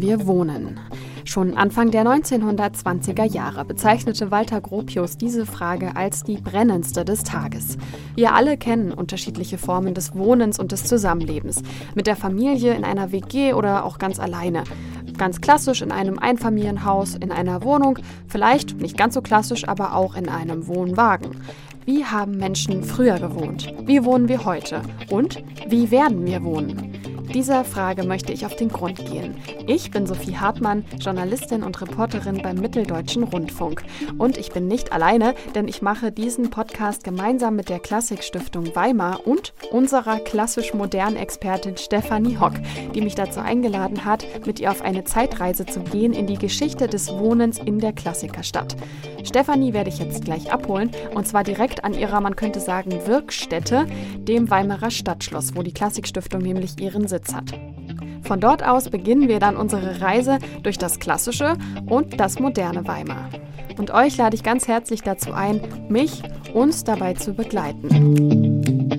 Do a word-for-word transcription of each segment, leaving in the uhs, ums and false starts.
wollen wir wohnen? Schon Anfang der neunzehnhundertzwanziger Jahre bezeichnete Walter Gropius diese Frage als die brennendste des Tages. Wir alle kennen unterschiedliche Formen des Wohnens und des Zusammenlebens. Mit der Familie, in einer W G oder auch ganz alleine. Ganz klassisch in einem Einfamilienhaus, in einer Wohnung, vielleicht nicht ganz so klassisch, aber auch in einem Wohnwagen. Wie haben Menschen früher gewohnt? Wie wohnen wir heute? Und wie werden wir wohnen? Dieser Frage möchte ich auf den Grund gehen. Ich bin Sophie Hartmann, Journalistin und Reporterin beim Mitteldeutschen Rundfunk. Und ich bin nicht alleine, denn ich mache diesen Podcast gemeinsam mit der Klassik-Stiftung Weimar und unserer klassisch-modernen Expertin Stefanie Hock, die mich dazu eingeladen hat, mit ihr auf eine Zeitreise zu gehen in die Geschichte des Wohnens in der Klassikerstadt. Stefanie werde ich jetzt gleich abholen, und zwar direkt an ihrer, man könnte sagen, Wirkstätte, dem Weimarer Stadtschloss, wo die Klassik-Stiftung nämlich ihren Sitz hat. Von dort aus beginnen wir dann unsere Reise durch das klassische und das moderne Weimar. Und euch lade ich ganz herzlich dazu ein, mich, uns dabei zu begleiten.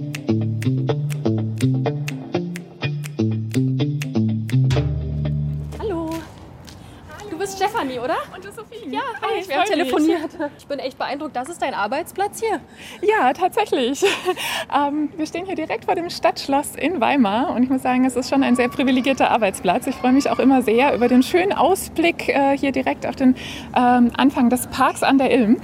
Stefanie, oder? Und du, Sophie. Ja, hi, ich wir haben telefoniert. Ich bin echt beeindruckt. Das ist dein Arbeitsplatz hier? Ja, tatsächlich. ähm, wir stehen hier direkt vor dem Stadtschloss in Weimar und ich muss sagen, es ist schon ein sehr privilegierter Arbeitsplatz. Ich freue mich auch immer sehr über den schönen Ausblick äh, hier direkt auf den ähm, Anfang des Parks an der Ilm.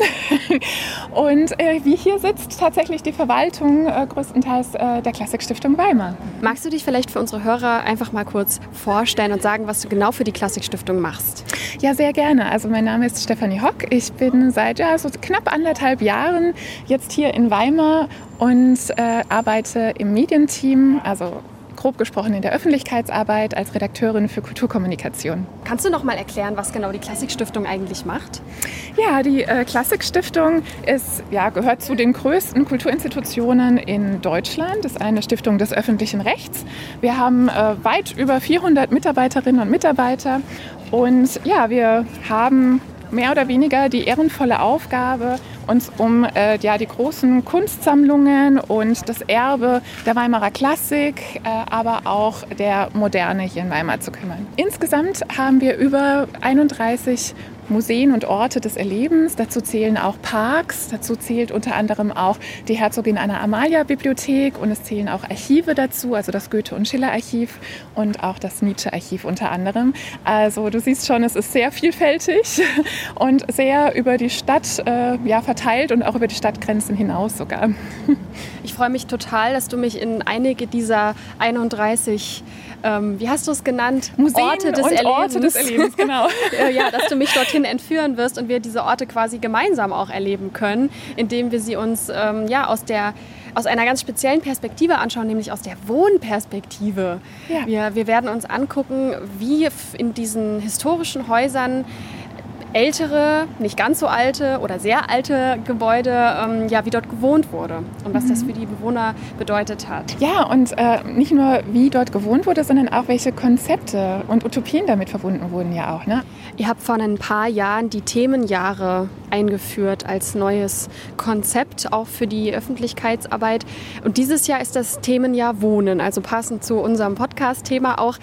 und äh, wie hier sitzt tatsächlich die Verwaltung äh, größtenteils äh, der Klassik-Stiftung Weimar. Magst du dich vielleicht für unsere Hörer einfach mal kurz vorstellen und sagen, was du genau für die Klassik-Stiftung machst? Ja, sehr gerne. Also mein Name ist Stefanie Hock. Ich bin seit ja, so knapp anderthalb Jahren jetzt hier in Weimar und äh, arbeite im Medienteam, also grob gesprochen in der Öffentlichkeitsarbeit als Redakteurin für Kulturkommunikation. Kannst du noch mal erklären, was genau die Klassik-Stiftung eigentlich macht? Ja, die äh, Klassik-Stiftung ist, ja, gehört zu den größten Kulturinstitutionen in Deutschland. Ist eine Stiftung des öffentlichen Rechts. Wir haben äh, weit über vierhundert Mitarbeiterinnen und Mitarbeiter. Und ja, wir haben mehr oder weniger die ehrenvolle Aufgabe, uns um äh, ja, die großen Kunstsammlungen und das Erbe der Weimarer Klassik, äh, aber auch der Moderne hier in Weimar zu kümmern. Insgesamt haben wir über einunddreißig Museen und Orte des Erlebens. Dazu zählen auch Parks, dazu zählt unter anderem auch die Herzogin Anna-Amalia-Bibliothek und es zählen auch Archive dazu, also das Goethe- und Schiller-Archiv und auch das Nietzsche-Archiv unter anderem. Also du siehst schon, es ist sehr vielfältig und sehr über die Stadt äh, ja, verteilt und auch über die Stadtgrenzen hinaus sogar. Ich freue mich total, dass du mich in einige dieser einunddreißig, ähm, wie hast du es genannt? Museen Orte des und Erlebens. Orte des Erlebens, genau. Ja, dass du mich dorthin entführen wirst und wir diese Orte quasi gemeinsam auch erleben können, indem wir sie uns ähm, ja, aus, der, aus einer ganz speziellen Perspektive anschauen, nämlich aus der Wohnperspektive. Ja. Wir, wir werden uns angucken, wie in diesen historischen Häusern ältere, nicht ganz so alte oder sehr alte Gebäude, ähm, ja, wie dort gewohnt wurde und was mhm. das für die Bewohner bedeutet hat. Ja, und äh, nicht nur wie dort gewohnt wurde, sondern auch welche Konzepte und Utopien damit verbunden wurden ja auch. Ne? Ihr habt vor ein paar Jahren die Themenjahre eingeführt als neues Konzept, auch für die Öffentlichkeitsarbeit. Und dieses Jahr ist das Themenjahr Wohnen, also passend zu unserem Podcast-Thema auch.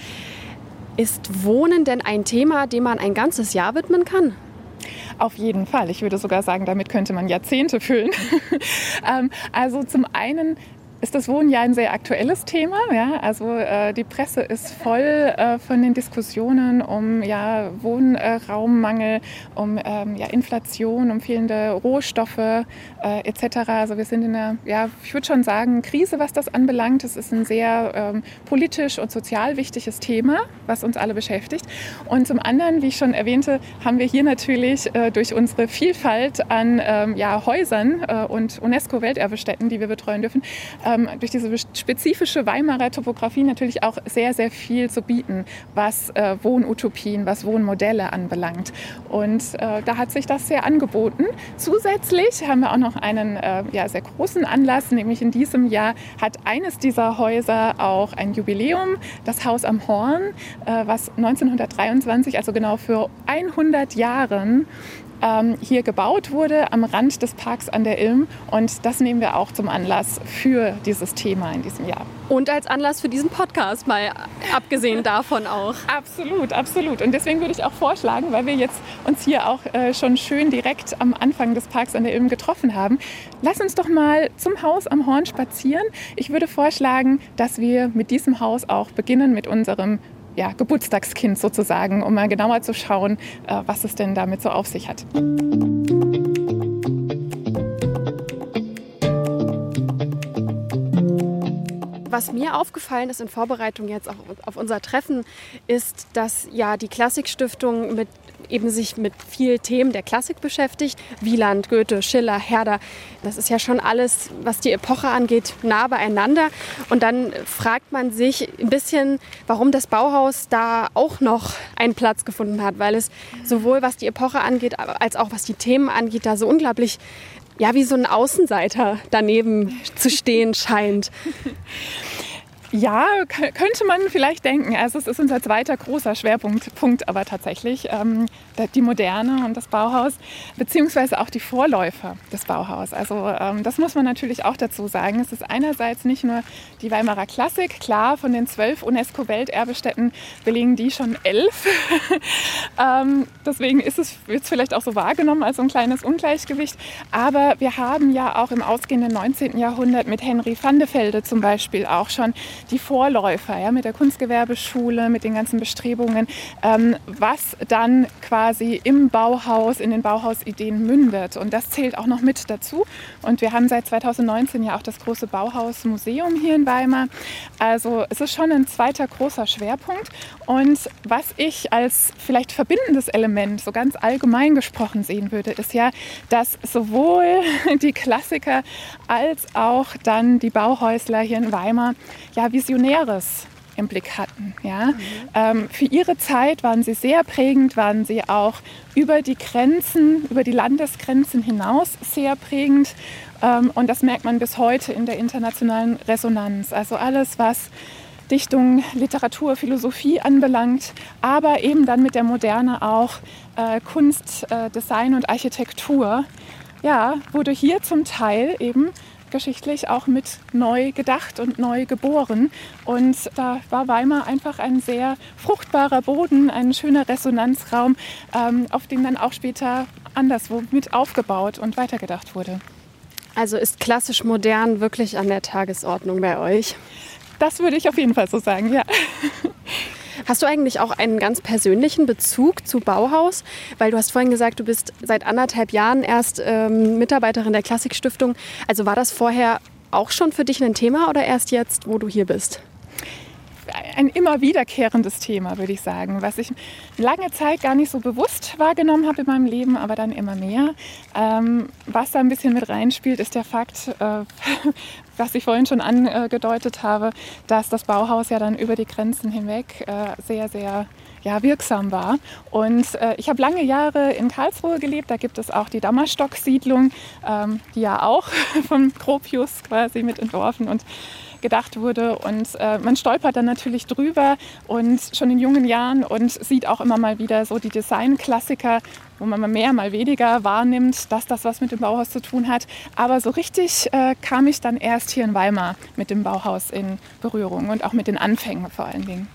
Ist Wohnen denn ein Thema, dem man ein ganzes Jahr widmen kann? Auf jeden Fall. Ich würde sogar sagen, damit könnte man Jahrzehnte füllen. ähm, also zum einen ist das Wohnen ja ein sehr aktuelles Thema. Ja? Also äh, die Presse ist voll äh, von den Diskussionen um ja, Wohnraummangel, um ähm, ja, Inflation, um fehlende Rohstoffe äh, et cetera. Also wir sind in einer, ja, ich würde schon sagen, Krise, was das anbelangt. Es ist ein sehr ähm, politisch und sozial wichtiges Thema, was uns alle beschäftigt. Und zum anderen, wie ich schon erwähnte, haben wir hier natürlich äh, durch unsere Vielfalt an ähm, ja, Häusern äh, und UNESCO-Welterbestätten, die wir betreuen dürfen, ähm, durch diese spezifische Weimarer Topografie natürlich auch sehr, sehr viel zu bieten, was äh, Wohnutopien, was Wohnmodelle anbelangt. Und äh, da hat sich das sehr angeboten. Zusätzlich haben wir auch noch einen äh, ja, sehr großen Anlass, nämlich in diesem Jahr hat eines dieser Häuser auch ein Jubiläum, das Haus am Horn, äh, was neunzehnhundertdreiundzwanzig, also genau für hundert Jahren, ähm, hier gebaut wurde, am Rand des Parks an der Ilm. Und das nehmen wir auch zum Anlass für dieses Thema in diesem Jahr. Und als Anlass für diesen Podcast, mal abgesehen davon auch. Absolut, absolut. Und deswegen würde ich auch vorschlagen, weil wir jetzt uns hier auch äh, schon schön direkt am Anfang des Parks an der Ilm getroffen haben, lass uns doch mal zum Haus am Horn spazieren. Ich würde vorschlagen, dass wir mit diesem Haus auch beginnen, mit unserem ja, Geburtstagskind sozusagen, um mal genauer zu schauen, äh, was es denn damit so auf sich hat. Was mir aufgefallen ist in Vorbereitung jetzt auch auf unser Treffen, ist, dass ja die Klassikstiftung mit eben sich mit vielen Themen der Klassik beschäftigt. Wieland, Goethe, Schiller, Herder. Das ist ja schon alles, was die Epoche angeht, nah beieinander. Und dann fragt man sich ein bisschen, warum das Bauhaus da auch noch einen Platz gefunden hat, weil es sowohl was die Epoche angeht, als auch was die Themen angeht, da so unglaublich, ja, wie so ein Außenseiter daneben zu stehen scheint. Ja, könnte man vielleicht denken. Also es ist unser zweiter großer Schwerpunkt, Punkt, aber tatsächlich ähm, die Moderne und das Bauhaus, beziehungsweise auch die Vorläufer des Bauhaus. Also ähm, das muss man natürlich auch dazu sagen. Es ist einerseits nicht nur die Weimarer Klassik, klar, von den zwölf UNESCO-Welterbestätten belegen die schon elf. ähm, deswegen ist es jetzt vielleicht auch so wahrgenommen als so ein kleines Ungleichgewicht. Aber wir haben ja auch im ausgehenden neunzehnten Jahrhundert mit Henry van de Velde zum Beispiel auch schon die Vorläufer, ja, mit der Kunstgewerbeschule, mit den ganzen Bestrebungen, ähm, was dann quasi im Bauhaus, in den Bauhausideen mündet. Und das zählt auch noch mit dazu. Und wir haben seit zweitausendneunzehn ja auch das große Bauhausmuseum hier in Weimar. Also es ist schon ein zweiter großer Schwerpunkt. Und was ich als vielleicht verbindendes Element, so ganz allgemein gesprochen sehen würde, ist ja, dass sowohl die Klassiker als auch dann die Bauhäusler hier in Weimar ja Visionäres im Blick hatten. Ja? Mhm. Ähm, für ihre Zeit waren sie sehr prägend, waren sie auch über die Grenzen, über die Landesgrenzen hinaus sehr prägend. Ähm, und das merkt man bis heute in der internationalen Resonanz. Also alles, was Dichtung, Literatur, Philosophie anbelangt, aber eben dann mit der Moderne auch äh, Kunst, äh, Design und Architektur, ja, wurde hier zum Teil eben geschichtlich auch mit neu gedacht und neu geboren. Und da war Weimar einfach ein sehr fruchtbarer Boden, ein schöner Resonanzraum, ähm, auf dem dann auch später anderswo mit aufgebaut und weitergedacht wurde. Also ist klassisch modern wirklich an der Tagesordnung bei euch? Das würde ich auf jeden Fall so sagen, ja. Hast du eigentlich auch einen ganz persönlichen Bezug zu Bauhaus? Weil du hast vorhin gesagt, du bist seit anderthalb Jahren erst ähm, Mitarbeiterin der Klassikstiftung. Also war das vorher auch schon für dich ein Thema oder erst jetzt, wo du hier bist? Ein immer wiederkehrendes Thema, würde ich sagen, was ich lange Zeit gar nicht so bewusst wahrgenommen habe in meinem Leben, aber dann immer mehr. Ähm, was da ein bisschen mit reinspielt, ist der Fakt, äh, was ich vorhin schon angedeutet habe, dass das Bauhaus ja dann über die Grenzen hinweg äh, sehr, sehr ja, wirksam war. Und äh, ich habe lange Jahre in Karlsruhe gelebt, da gibt es auch die Dammerstock-Siedlung, ähm, die ja auch von Gropius quasi mit entworfen und gedacht wurde, und äh, man stolpert dann natürlich drüber und schon in jungen Jahren und sieht auch immer mal wieder so die Designklassiker, wo man mal mehr, mal weniger wahrnimmt, dass das was mit dem Bauhaus zu tun hat. Aber so richtig äh, kam ich dann erst hier in Weimar mit dem Bauhaus in Berührung und auch mit den Anfängen vor allen Dingen.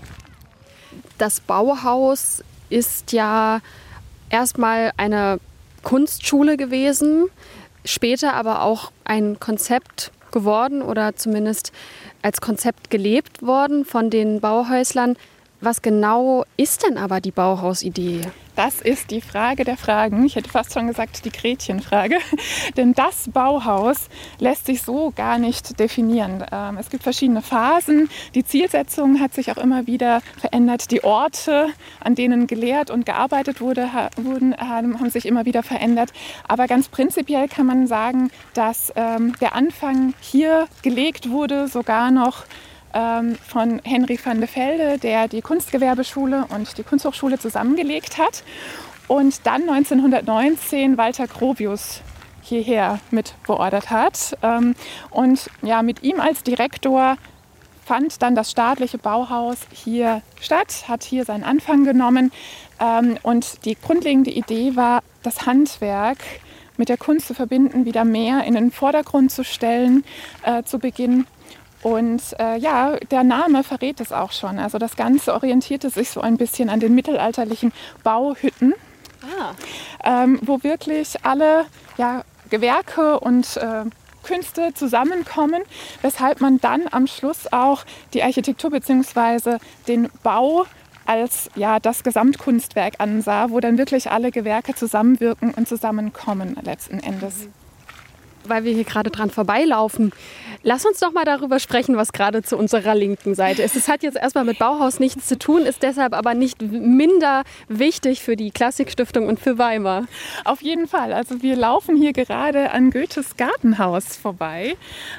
Das Bauhaus ist ja erstmal eine Kunstschule gewesen, später aber auch ein Konzept geworden oder zumindest als Konzept gelebt worden von den Bauhäuslern. Was genau ist denn aber die Bauhausidee? Das ist die Frage der Fragen. Ich hätte fast schon gesagt, die Gretchenfrage. Denn das Bauhaus lässt sich so gar nicht definieren. Es gibt verschiedene Phasen. Die Zielsetzung hat sich auch immer wieder verändert. Die Orte, an denen gelehrt und gearbeitet wurde, wurden, haben sich immer wieder verändert. Aber ganz prinzipiell kann man sagen, dass der Anfang hier gelegt wurde, sogar noch von Henry van de Velde, der die Kunstgewerbeschule und die Kunsthochschule zusammengelegt hat und dann neunzehnhundertneunzehn Walter Gropius hierher mit beordert hat. Und ja, mit ihm als Direktor fand dann das staatliche Bauhaus hier statt, hat hier seinen Anfang genommen. Ähm, und die grundlegende Idee war, das Handwerk mit der Kunst zu verbinden, wieder mehr in den Vordergrund zu stellen äh, zu Beginn. Und äh, ja, der Name verrät es auch schon. Also das Ganze orientierte sich so ein bisschen an den mittelalterlichen Bauhütten, ah. ähm, wo wirklich alle ja, Gewerke und äh, Künste zusammenkommen, weshalb man dann am Schluss auch die Architektur bzw. den Bau als ja, das Gesamtkunstwerk ansah, wo dann wirklich alle Gewerke zusammenwirken und zusammenkommen letzten Endes. Weil wir hier gerade dran vorbeilaufen, lass uns doch mal darüber sprechen, was gerade zu unserer linken Seite ist. Es hat jetzt erstmal mit Bauhaus nichts zu tun, ist deshalb aber nicht minder wichtig für die Klassikstiftung und für Weimar. Auf jeden Fall. Also wir laufen hier gerade an Goethes Gartenhaus vorbei,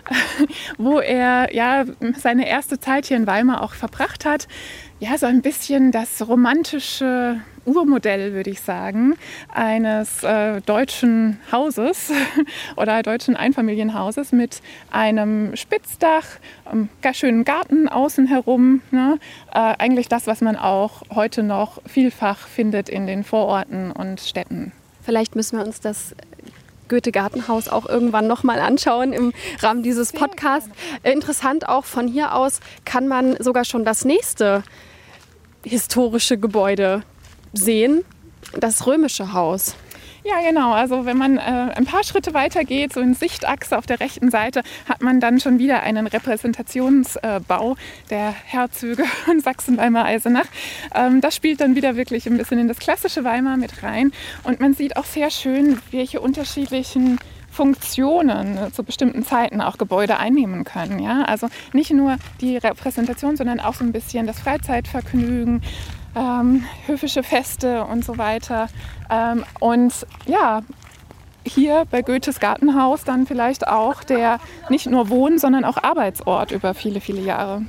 wo er ja seine erste Zeit hier in Weimar auch verbracht hat. Ja, so ein bisschen das romantische Urmodell, würde ich sagen, eines äh, deutschen Hauses oder deutschen Einfamilienhauses mit einem Spitzdach, einem ganz schönen Garten außen herum. Ne? Äh, eigentlich das, was man auch heute noch vielfach findet in den Vororten und Städten. Vielleicht müssen wir uns das Goethe-Gartenhaus auch irgendwann noch mal anschauen im Rahmen dieses Podcasts. Interessant auch, von hier aus kann man sogar schon das nächste historische Gebäude sehen, das römische Haus. Ja, genau. Also wenn man äh, ein paar Schritte weiter geht, so in Sichtachse auf der rechten Seite, hat man dann schon wieder einen Repräsentationsbau äh, der Herzöge von Sachsen-Weimar-Eisenach. Ähm, das spielt dann wieder wirklich ein bisschen in das klassische Weimar mit rein. Und man sieht auch sehr schön, welche unterschiedlichen Funktionen zu bestimmten Zeiten auch Gebäude einnehmen können. Ja? Also nicht nur die Repräsentation, sondern auch so ein bisschen das Freizeitvergnügen, ähm, höfische Feste und so weiter. Ähm, und ja, hier bei Goethes Gartenhaus dann vielleicht auch der nicht nur Wohn-, sondern auch Arbeitsort über viele, viele Jahre.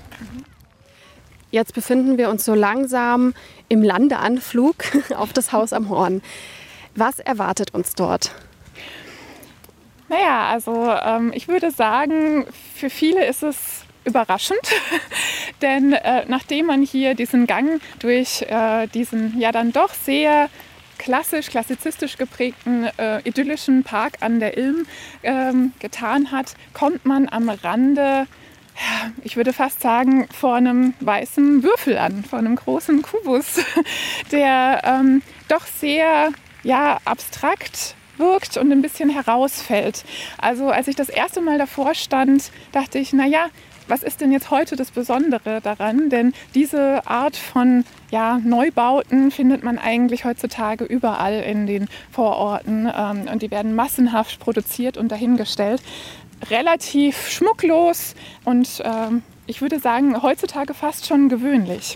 Jetzt befinden wir uns so langsam im Landeanflug auf das Haus am Horn. Was erwartet uns dort? Naja, also ähm, ich würde sagen, für viele ist es überraschend, denn äh, nachdem man hier diesen Gang durch äh, diesen ja dann doch sehr klassisch, klassizistisch geprägten äh, idyllischen Park an der Ilm ähm, getan hat, kommt man am Rande, ja, ich würde fast sagen, vor einem weißen Würfel an, vor einem großen Kubus, der ähm, doch sehr ja, abstrakt wirkt und ein bisschen herausfällt. Also als ich das erste Mal davor stand, dachte ich, naja, was ist denn jetzt heute das Besondere daran? Denn diese Art von ja, Neubauten findet man eigentlich heutzutage überall in den Vororten. Ähm, und die werden massenhaft produziert und dahingestellt. Relativ schmucklos und ähm, ich würde sagen, heutzutage fast schon gewöhnlich.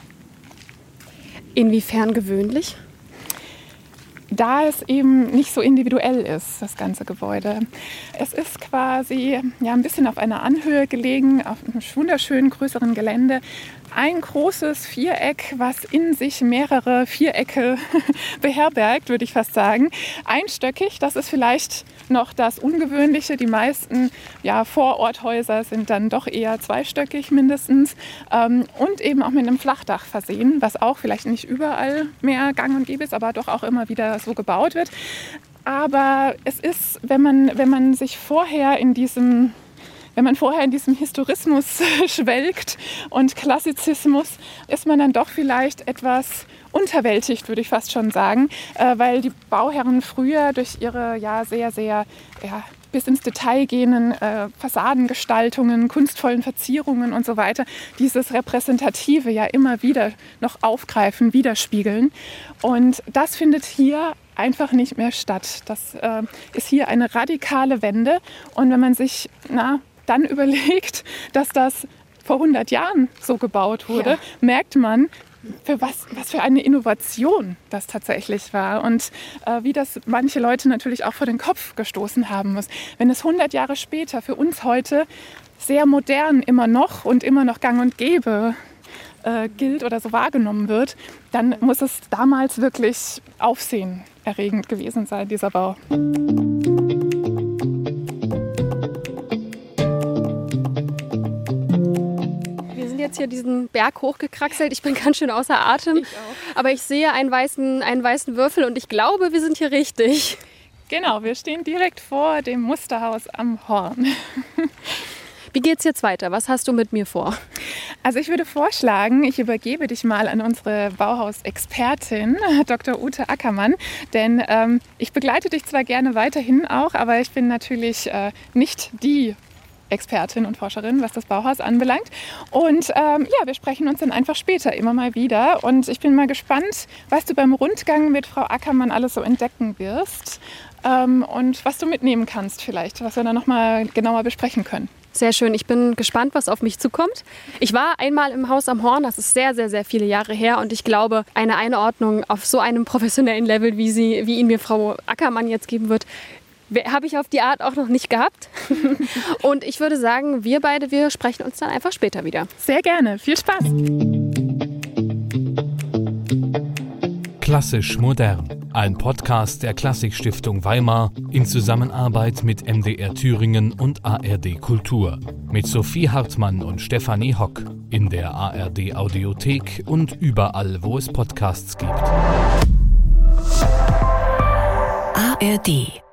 Inwiefern gewöhnlich? Da es eben nicht so individuell ist, das ganze Gebäude. Es ist quasi ja, ein bisschen auf einer Anhöhe gelegen, auf einem wunderschönen größeren Gelände. Ein großes Viereck, was in sich mehrere Vierecke beherbergt, würde ich fast sagen. Einstöckig, das ist vielleicht noch das Ungewöhnliche. Die meisten ja, Vororthäuser sind dann doch eher zweistöckig mindestens. Ähm, und eben auch mit einem Flachdach versehen, was auch vielleicht nicht überall mehr gang und gäbe ist, aber doch auch immer wieder so gebaut wird. Aber es ist, wenn man, wenn man sich vorher in diesem Wenn man vorher in diesem Historismus schwelgt und Klassizismus, ist man dann doch vielleicht etwas unterwältigt, würde ich fast schon sagen, weil die Bauherren früher durch ihre ja sehr, sehr ja, bis ins Detail gehenden äh, Fassadengestaltungen, kunstvollen Verzierungen und so weiter, dieses Repräsentative ja immer wieder noch aufgreifen, widerspiegeln. Und das findet hier einfach nicht mehr statt. Das äh, ist hier eine radikale Wende. Und wenn man sich na, dann überlegt, dass das vor hundert Jahren so gebaut wurde, ja. merkt man, für was, was für eine Innovation das tatsächlich war und äh, wie das manche Leute natürlich auch vor den Kopf gestoßen haben muss. Wenn es hundert Jahre später für uns heute sehr modern immer noch und immer noch gang und gäbe äh, gilt oder so wahrgenommen wird, dann muss es damals wirklich aufsehenerregend gewesen sein, dieser Bau. jetzt hier diesen Berg hochgekraxelt. Ich bin ganz schön außer Atem. Ich auch. Aber ich sehe einen weißen, einen weißen Würfel und ich glaube, wir sind hier richtig. Genau, wir stehen direkt vor dem Musterhaus am Horn. Wie geht's jetzt weiter? Was hast du mit mir vor? Also ich würde vorschlagen, ich übergebe dich mal an unsere Bauhausexpertin, Doktor Ute Ackermann. Denn ähm, ich begleite dich zwar gerne weiterhin auch, aber ich bin natürlich äh, nicht die Expertin und Forscherin, was das Bauhaus anbelangt. Und ähm, ja, wir sprechen uns dann einfach später immer mal wieder. Und ich bin mal gespannt, was du beim Rundgang mit Frau Ackermann alles so entdecken wirst ähm, und was du mitnehmen kannst vielleicht, was wir dann nochmal genauer besprechen können. Sehr schön. Ich bin gespannt, was auf mich zukommt. Ich war einmal im Haus am Horn, das ist sehr, sehr, sehr viele Jahre her. Und ich glaube, eine Einordnung auf so einem professionellen Level, wie, sie, wie ihn mir Frau Ackermann jetzt geben wird, habe ich auf die Art auch noch nicht gehabt. Und ich würde sagen, wir beide, wir sprechen uns dann einfach später wieder. Sehr gerne. Viel Spaß. Klassisch modern. Ein Podcast der Klassikstiftung Weimar in Zusammenarbeit mit M D R Thüringen und A R D Kultur. Mit Sophie Hartmann und Stefanie Hock. In der A R D Audiothek und überall, wo es Podcasts gibt. A R D